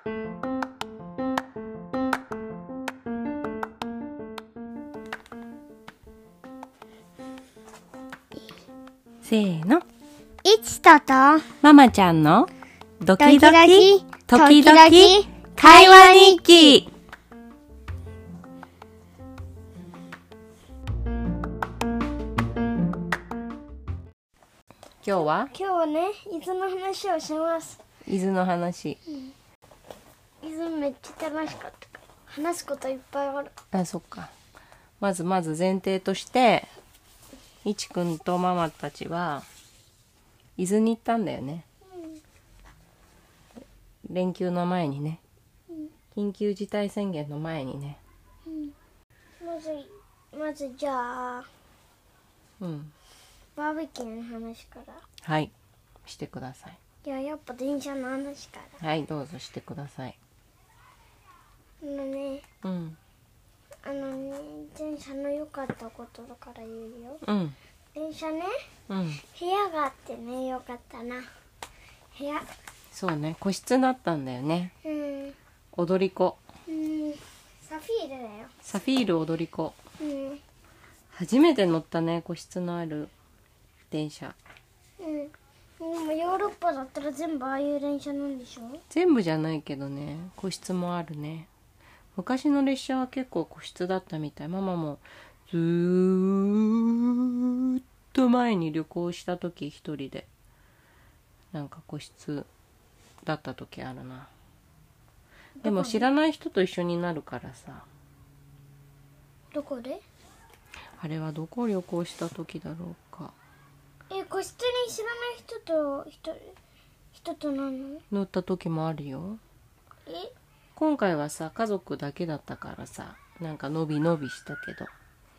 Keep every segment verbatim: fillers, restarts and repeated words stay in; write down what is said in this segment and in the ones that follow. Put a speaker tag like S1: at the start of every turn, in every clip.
S1: せーの。
S2: いちとと
S1: ママちゃんのドキドキ時
S2: ドキド
S1: 々
S2: キ
S1: 会話日記。今日は
S2: 今日はね、伊豆の話をします。
S1: 伊豆の話。
S2: 伊豆めっちゃ楽しかったから話すこといっぱいある。
S1: あ、そっか。まずまず前提としていちくんとママたちは伊豆に行ったんだよね、うん、連休の前にね、うん、緊急事態宣言の前にね、
S2: うん、まずまずじゃあ、うん、バーベキューの話から。
S1: はいしてください。
S2: いややっぱ電車の話から。
S1: はいどうぞしてください。
S2: あのね、うん、あのね電車の良かったことだから言うよ、うん、電車ね、うん、部屋があってねよかったな。部屋
S1: そうね個室だったんだよね、うん、踊り子、
S2: うん、サフィールだよ。
S1: サフィール踊り子、うん、初めて乗ったね個室のある電車。うん
S2: でもヨーロッパだったら全部ああいう電車なんでしょ。
S1: 全部じゃないけどね個室もあるね。昔の列車は結構個室だったみたい。ママもずーっと前に旅行した時一人でなんか個室だった時あるな。でも知らない人と一緒になるからさ。
S2: どこで？
S1: あれはどこを旅行した時だろうか。
S2: え、個室に知らない人と人人となの？
S1: 乗った時もあるよ。え？今回はさ家族だけだったからさなんかのびのびしたけど、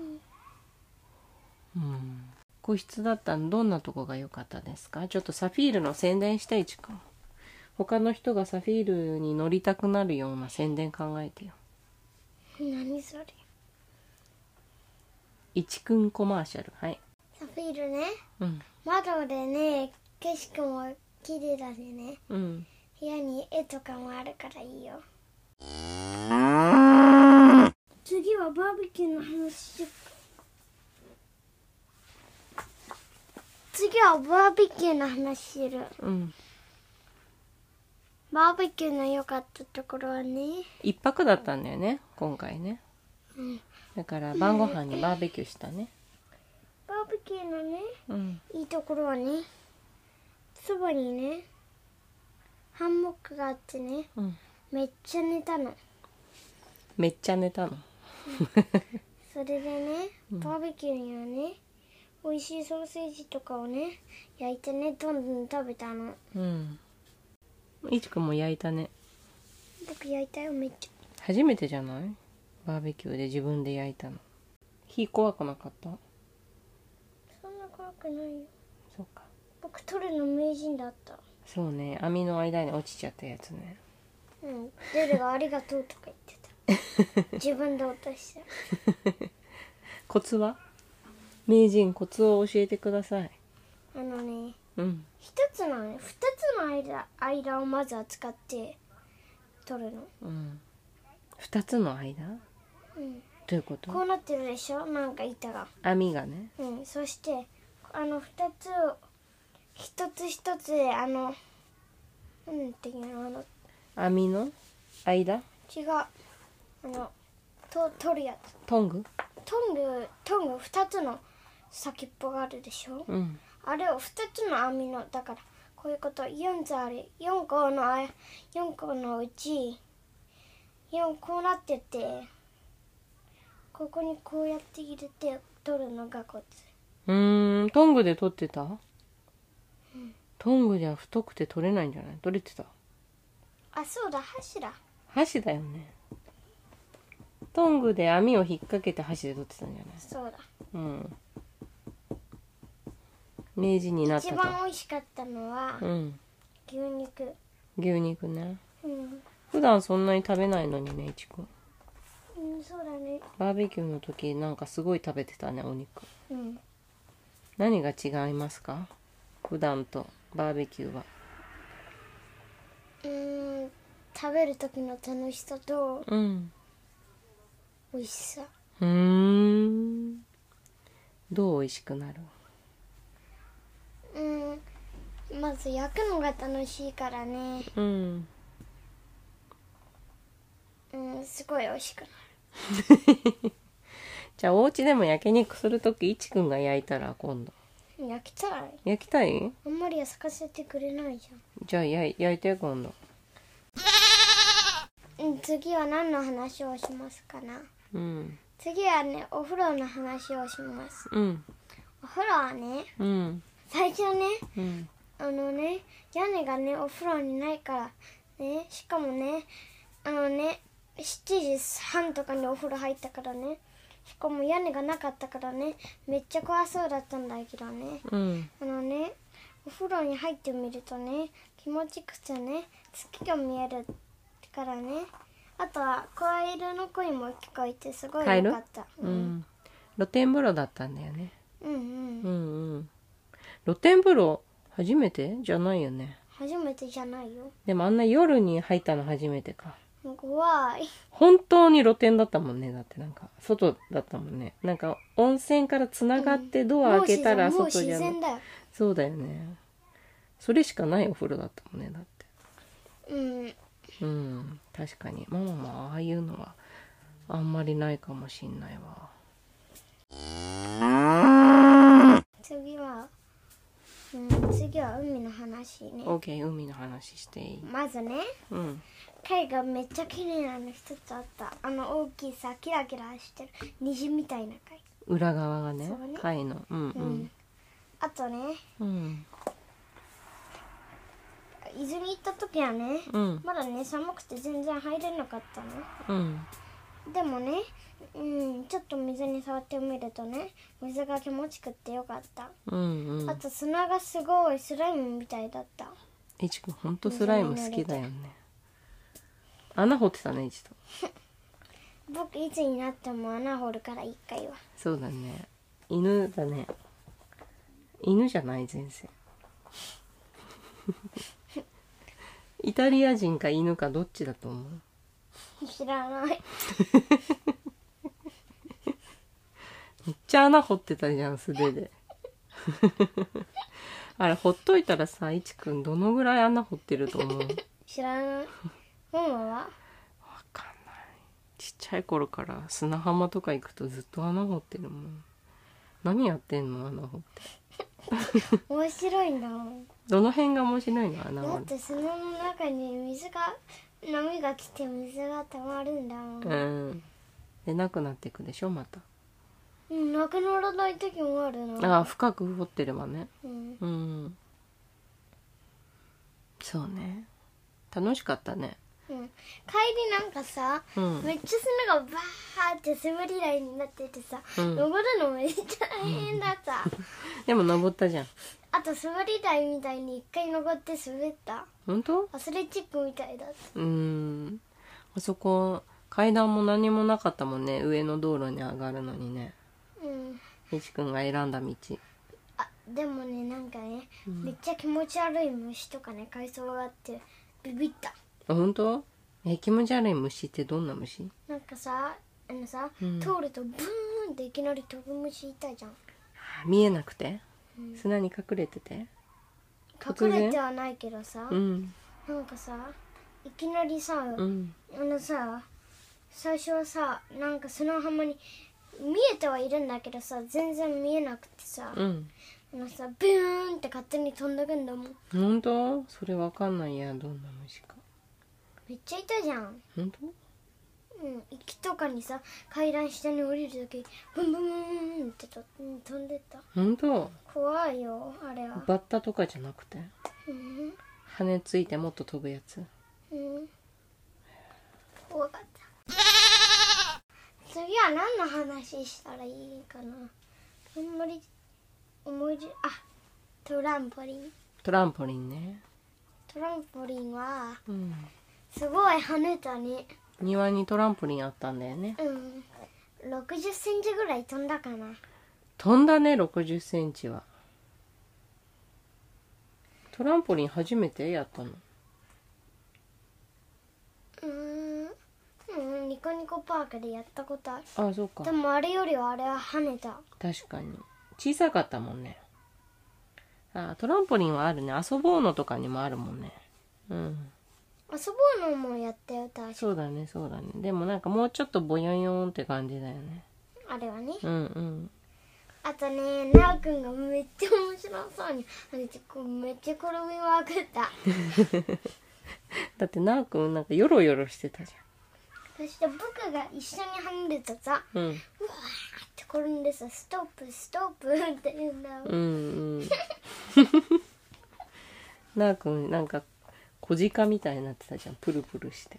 S1: うん、うん、個室だったのどんなとこが良かったですか？ちょっとサフィールの宣伝したいちくん。他の人がサフィールに乗りたくなるような宣伝考えてよ。
S2: 何それ？
S1: いちくんコマーシャル。はい。
S2: サフィールね、うん、窓でね景色も綺麗だしね、うん、部屋に絵とかもあるからいいよ。次はバーベキューの話しようか。次はバーベキューの話する、うん、バーベキューの良かったところはね
S1: 一泊だったんだよね今回ね、うん、だから晩ご飯にバーベキューしたね、
S2: バーベキューのね、うん、いいところはねそばにねハンモックがあってね、うん、めっちゃ寝たの。
S1: めっちゃ寝たの
S2: それでねバーベキューにはね美味しいソーセージとかをね焼いてねどんどん食べたの。うん
S1: いちくんも焼いたね。
S2: 僕焼いたよめっちゃ。
S1: 初めてじゃない？バーベキューで自分で焼いたの。火怖くなかった？
S2: そんな怖くないよ。
S1: そうか。
S2: 僕取るの名人だった。
S1: そうね網の間に落ちちゃったやつね。
S2: うんデルがありがとうとか言ってた自分で落とした
S1: コツは？名人コツを教えてください。
S2: あのね、うん、一つのね二つの間間をまずは使って取るの。うん。
S1: 二つの間？うん。どういうこと？
S2: こうなってるでしょなんか板が。
S1: 網がね。
S2: うん。そしてあの二つを一つ一つであのなんていうのあの
S1: 網の間？
S2: 違う。あのと取るやつ。
S1: トング？
S2: トングトング二つの先っぽがあるでしょ。うん。あれを二つの網のだからこういうこと四つある四個のあ四個のうち四こうなっててここにこうやって入れて取るのがコツ。
S1: うーんトングで取ってた？うん。トングじゃ太くて取れないんじゃない？取れてた？
S2: あそうだ箸だ。
S1: 箸だよね。トングで網を引っ掛けて箸で取ってたんじゃない？
S2: そうだ。うん。
S1: 明治になったと。
S2: 一番美味しかったのは、うん、牛肉。
S1: 牛肉ね。うん。普段そんなに食べないのにねいちくん。
S2: うんそうだね。
S1: バーベキューの時なんかすごい食べてたねお肉。うん。何が違いますか？普段とバーベキューは。
S2: うーん食べる時の楽しさと、
S1: うん、
S2: 美味しさ。
S1: うーん。どう美味しくなる？
S2: うん、まず焼くのが楽しいからね。
S1: うん。
S2: うん、すごい美味しくなる。
S1: じゃあお家でも焼肉するときいちくんが焼いたら今度。
S2: 焼きたい。
S1: 焼きたい？
S2: あんまり焼かせてくれないじ
S1: じゃあ焼い焼いて今度。
S2: ゃん。うん、次は何の話をしますかな。
S1: うん。
S2: 次はね、お風呂の話をします。
S1: うん。
S2: お風呂はね、
S1: うん。
S2: 最初ね、
S1: うん。
S2: あのね、屋根がね、お風呂にないからね、しかもね、あのね、しちじはんとかにお風呂入ったからね、しかも屋根がなかったからね、めっちゃ怖そうだったんだけどね、
S1: うん。
S2: あのね、お風呂に入ってみるとね、気持ちよくてね、月が見えるからね、あとはカエルの声も聞こえてすごい良かった。
S1: うん。露天風呂だったんだよね。
S2: うんうん。
S1: うんうん。露天風呂初めてじゃないよね。
S2: 初めてじゃないよ。
S1: でもあんな夜に入ったの初めてか。
S2: 怖い。
S1: 本当に露天だったもんね。だってなんか外だったもんね。なんか温泉からつながってドア開けたら外じゃない。
S2: もう自然だよ。
S1: そうだよね。それしかないお風呂だったもんね。だって。
S2: うん。
S1: うん。確かにママもああいうのはあんまりないかもしんないわ。
S2: 次は、うん、次は海の話ね。
S1: オーケー、海の話していい？
S2: まずね、
S1: うん。
S2: 貝がめっちゃ綺麗なの一つあった。あの大きいさ、キラキラしてる虹みたいな貝。
S1: 裏側がね、
S2: そうね
S1: 貝の。うんう
S2: うんん。あとね、
S1: うん。
S2: 伊豆に行った時はね、
S1: うん
S2: まだね寒くて全然入れなかったの。
S1: うん
S2: でもね、うん、ちょっと水に触ってみるとね、水が気持ちくってよかった。
S1: うんうん。
S2: あと砂がすごいスライムみたいだった。
S1: いちくんほんとスライム好きだよね。穴掘ってたね、いちと。
S2: 僕いつになっても穴掘るから一回は。
S1: そうだね。犬だね。犬じゃない前世。イタリア人か犬かどっちだと思う？
S2: 知らない。
S1: めっちゃ穴掘ってたじゃん、素手で。あれほっといたらさ、いちくんどのぐらい穴掘ってると思う？
S2: 知らない。ママは？
S1: わかんない。ちっちゃい頃から砂浜とか行くとずっと穴掘ってるもん。何やってんの穴掘って。
S2: 面白いんだもん。
S1: どの辺が面白いの？穴掘る。
S2: だって砂の中に水が波が来て水が溜まるんだもん。
S1: うん。でなくなっていくでしょまた。
S2: うん、なくならない時もあるの。
S1: ああ、深く掘ってればね。
S2: うん。
S1: うん。そうね。楽しかったね。
S2: うん、帰りなんかさ、
S1: うん、
S2: めっちゃ砂がバーって滑り台になっててさ、うん、登るのめっちゃ大変だった。
S1: でも登ったじゃん。
S2: あと滑り台みたいに一回登って滑った。
S1: 本当？
S2: アスレチックみたいだった。
S1: うーん。あそこ階段も何もなかったもんね。上の道路に上がるのにね。うん。いちくんが選んだ道。
S2: あ、でもねなんかね、うん、めっちゃ気持ち悪い虫とかね海藻があってビビった。
S1: あ、本当？え、気持ち悪い虫ってどんな虫？
S2: なんかさ、あのさ、うん、通るとブーンっていきなり飛ぶ虫いたじゃん。
S1: 見えなくて、うん、砂に隠れてて。
S2: 隠れてはないけどさ、
S1: うん、
S2: なんかさいきなりさ、うん、あのさ最初はさなんか砂浜に見えてはいるんだけどさ全然見えなくてさ、うん、あのさブーンって勝手に飛んでくんだもん。
S1: 本当？それわかんないや、どんな虫か。
S2: めっちゃいたじゃん。
S1: 本当？
S2: うん、行きとかにさ階段下に降りるときブンブンブンってと飛んでった。
S1: 本当？
S2: 怖いよあれは。
S1: バッタとかじゃなくて、
S2: うん、
S1: 羽ついてもっと飛ぶやつ。
S2: うん、怖かった。次は何の話したらいいかな。あんまり思い出、あ、トランポリン。
S1: トランポリンね。
S2: トランポリンは、
S1: うん、
S2: すごい跳ねたね。
S1: 庭にトランポリンあったんだよね。
S2: うん。ろくじゅっセンチぐらい飛んだかな。
S1: 飛んだね、ろくじゅっセンチは。トランポリン初めてやったの？
S2: コパークでやったことある。
S1: ああ、そうか。
S2: でもあれよりはあれは跳ねた。
S1: 確かに小さかったもんね。ああ、トランポリンはあるね。遊ぼうのとかにもあるもんね。うん。
S2: 遊ぼうのもやったよ、確か。
S1: そうだね、そうだね。でもなんかもうちょっとボヨヨーンって感じだよね。
S2: あれはね。
S1: うんうん。
S2: あとね、なおくんがめっちゃ面白そうにめっちゃめっちゃ転びまくった。
S1: だってなおくんなんかヨロヨロしてたじ
S2: そして僕が一緒に跳ねるとさ、
S1: ゃん。うん。
S2: うわーって転んでさ、ストップストップって言うんだよ。
S1: うんうん。なおくんなんか小鹿みたいになってたじゃん。プルプルして。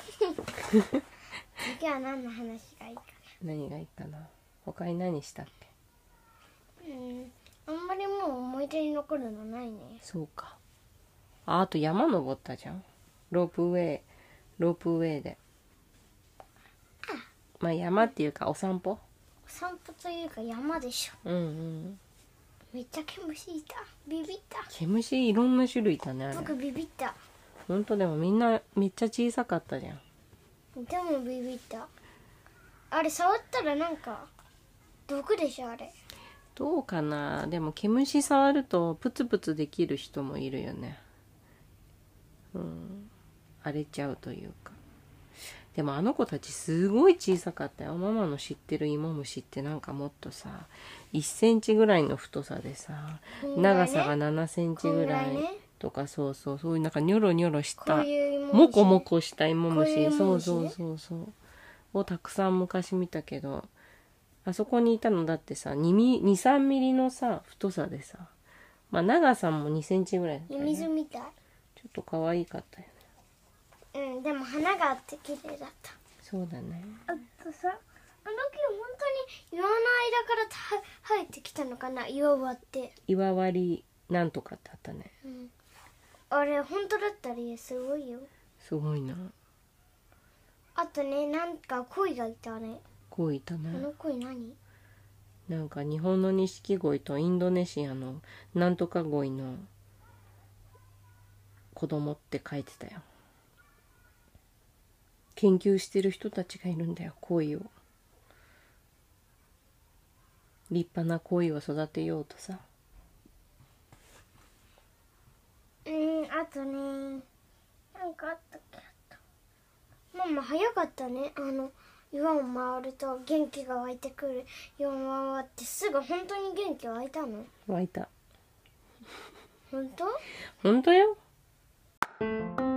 S2: 次は何の話がいいか
S1: 何がいいかな。他に何したっけ。
S2: な。うん、あんまりもう思い出に残るのないね。
S1: そうか。あ、あと山登ったじゃん。ロープウェイロープウェイで。まあ山っていうかお散歩。
S2: お散歩というか山でしょ。
S1: うんうん。
S2: めっちゃ毛虫いた。ビビった。
S1: 毛虫いろんな種類いたねあれ。
S2: 僕ビビった。
S1: ほんとでもみんなめっちゃ小さかったじゃん。
S2: でもビビった。あれ触ったらなんか毒でしょあれ。
S1: どうかな。でも毛虫触るとプツプツできる人もいるよね。うん。荒れちゃうというか。でもあの子たちすごい小さかったよ。ママの知ってる芋虫ってなんかもっとさいっセンチぐらいの太さでさ、
S2: ね、
S1: 長さがななセンチぐらいとか、そうそう、そういうなんかニョロニョロした
S2: こういう芋虫
S1: モコモコした芋虫、
S2: こういう芋虫
S1: そうそうそうそうをたくさん昔見たけど、あそこにいたのだってさに、さんミリのさ太さでさ、まあ長さもにセンチぐらいだったよね。
S2: 水みたい。
S1: ちょっと可愛かったよね。
S2: うん、でも花があって綺麗だった。
S1: そうだね。
S2: あとさ、あの木本当に岩の間からた生えてきたのかな、岩割って。
S1: 岩割りなんとかってあったね。
S2: うん。あれ本当だったりすごいよ。
S1: すごいな。
S2: あとね、なんか鯉がいたね。
S1: こういたね。
S2: あの鯉何？
S1: なんか日本の錦鯉とインドネシアのなんとか鯉の子供って書いてたよ。研究してる人たちがいるんだよ、鯉を。立派な鯉を育てようとさ。
S2: うん、あとね、なんかあったっけ。あったママ早かったね。あの岩を回ると元気が湧いてくる。岩を回ってすぐ本当に元気湧いたの？
S1: 湧いた。
S2: 本当？
S1: 本当よ。